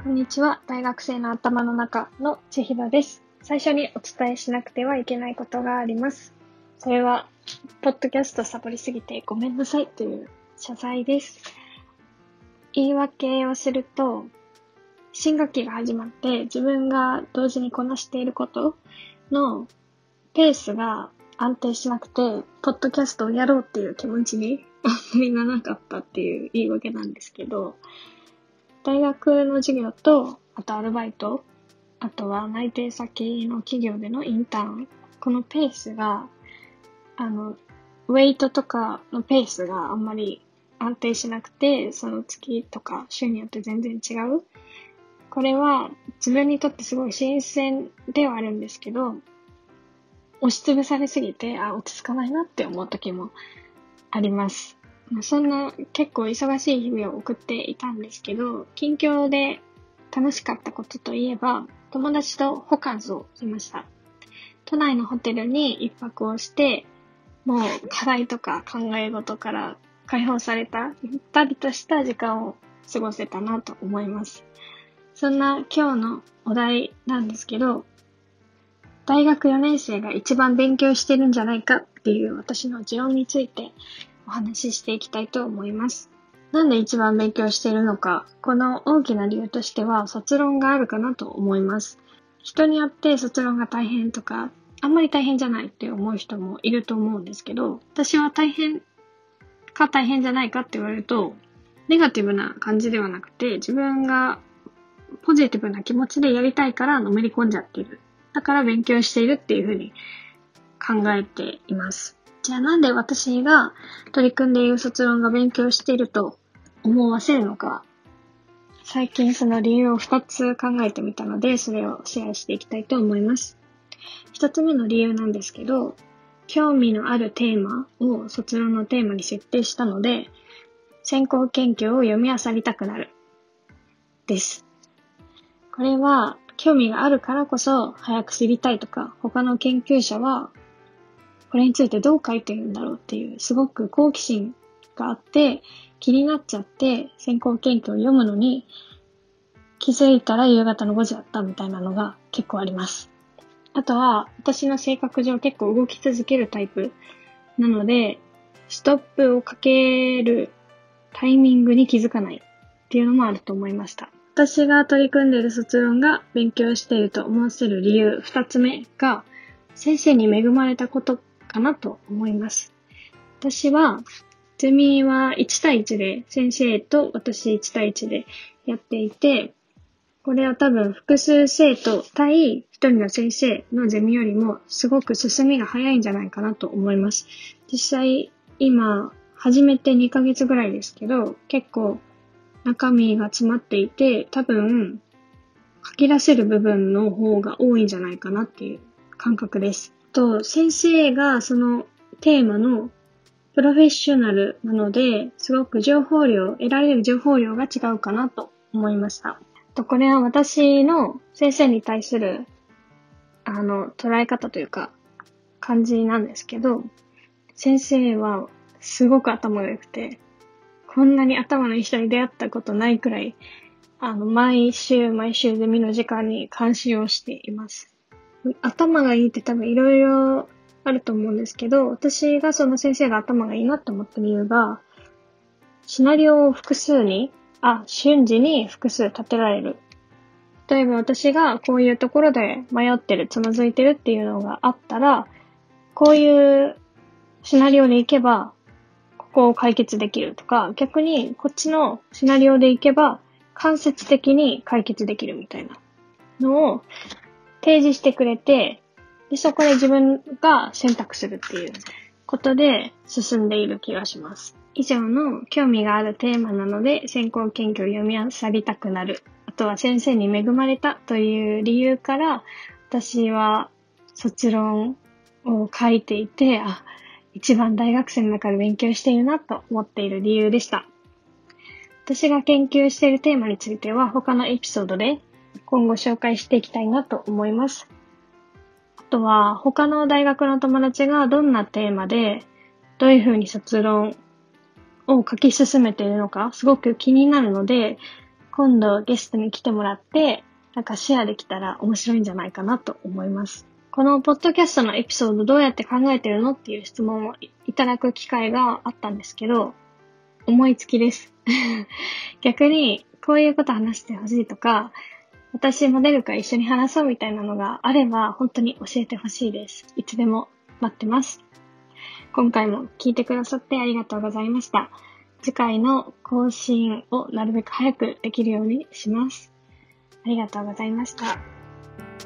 こんにちは。大学生の頭の中の千尋です。最初にお伝えしなくてはいけないことがあります。それは、ポッドキャストサボりすぎてごめんなさいという謝罪です。言い訳をすると、新学期が始まって自分が同時にこなしていることのペースが安定しなくて、ポッドキャストをやろうっていう気持ちにあんまりならなかったっていう言い訳なんですけど、大学の授業と、あとアルバイト、あとは内定先の企業でのインターン、このペースが、ウェイトとかのペースがあんまり安定しなくて、その月とか週によって全然違う。これは自分にとってすごい新鮮ではあるんですけど、押しつぶされすぎて、落ち着かないなって思う時もあります。そんな結構忙しい日々を送っていたんですけど、近況で楽しかったことといえば、友達とホカンスをしました。都内のホテルに一泊をして、もう課題とか考え事から解放された、ゆったりとした時間を過ごせたなと思います。そんな今日のお題なんですけど、大学4年生が一番勉強してるんじゃないかっていう私の持論についてお話ししていきたいと思います。なんで一番勉強しているのか、この大きな理由としては卒論があるかなと思います。人によって卒論が大変とか、あんまり大変じゃないって思う人もいると思うんですけど、私は大変か大変じゃないかって言われると、ネガティブな感じではなくて、自分がポジティブな気持ちでやりたいからのめり込んじゃっている。だから勉強しているっていうふうに考えています。じゃあなんで私が取り組んでいる卒論が勉強していると思わせるのか。最近その理由を2つ考えてみたので、それをシェアしていきたいと思います。1つ目の理由なんですけど、興味のあるテーマを卒論のテーマに設定したので、先行研究を読み漁りたくなる。です。これは興味があるからこそ早く知りたいとか、他の研究者はこれについてどう書いてるんだろうっていうすごく好奇心があって気になっちゃって先行研究を読むのに気づいたら夕方の5時だったみたいなのが結構あります。あとは私の性格上結構動き続けるタイプなのでストップをかけるタイミングに気づかないっていうのもあると思いました。私が取り組んでいる卒論が勉強していると思わせる理由2つ目が先生に恵まれたことかなと思います。私はゼミは1対1で先生と私1対1でやっていて、これは多分複数生徒対1人の先生のゼミよりもすごく進みが早いんじゃないかなと思います。実際今始めて2ヶ月ぐらいですけど、結構中身が詰まっていて、多分書き出せる部分の方が多いんじゃないかなっていう感覚です。先生がそのテーマのプロフェッショナルなので、すごく得られる情報量が違うかなと思いました。これは私の先生に対する、捉え方というか、感じなんですけど、先生はすごく頭が良くて、こんなに頭のいい人に出会ったことないくらい、毎週ゼミの時間に監視をしています。頭がいいって多分いろいろあると思うんですけど、私がその先生が頭がいいなと思った理由が、シナリオを瞬時に複数立てられる。例えば私がこういうところで迷ってる、つまずいてるっていうのがあったら、こういうシナリオでいけば、ここを解決できるとか、逆にこっちのシナリオでいけば、間接的に解決できるみたいなのを提示してくれて、でそこで自分が選択するっていうことで進んでいる気がします。以上の興味があるテーマなので先行研究を読み漁りたくなる。あとは先生に恵まれたという理由から私は卒論を書いていて、一番大学生の中で勉強しているなと思っている理由でした。私が研究しているテーマについては他のエピソードで今後紹介していきたいなと思います。あとは他の大学の友達がどんなテーマでどういうふうに卒論を書き進めているのかすごく気になるので、 今度ゲストに来てもらって、シェアできたら面白いんじゃないかなと思います。このポッドキャストのエピソードどうやって考えてるのっていう質問をいただく機会があったんですけど、思いつきです。逆に、こういうこと話してほしいとか、私モデルから一緒に話そうみたいなのがあれば、本当に教えてほしいです。いつでも待ってます。今回も聞いてくださってありがとうございました。次回の更新をなるべく早くできるようにします。ありがとうございました。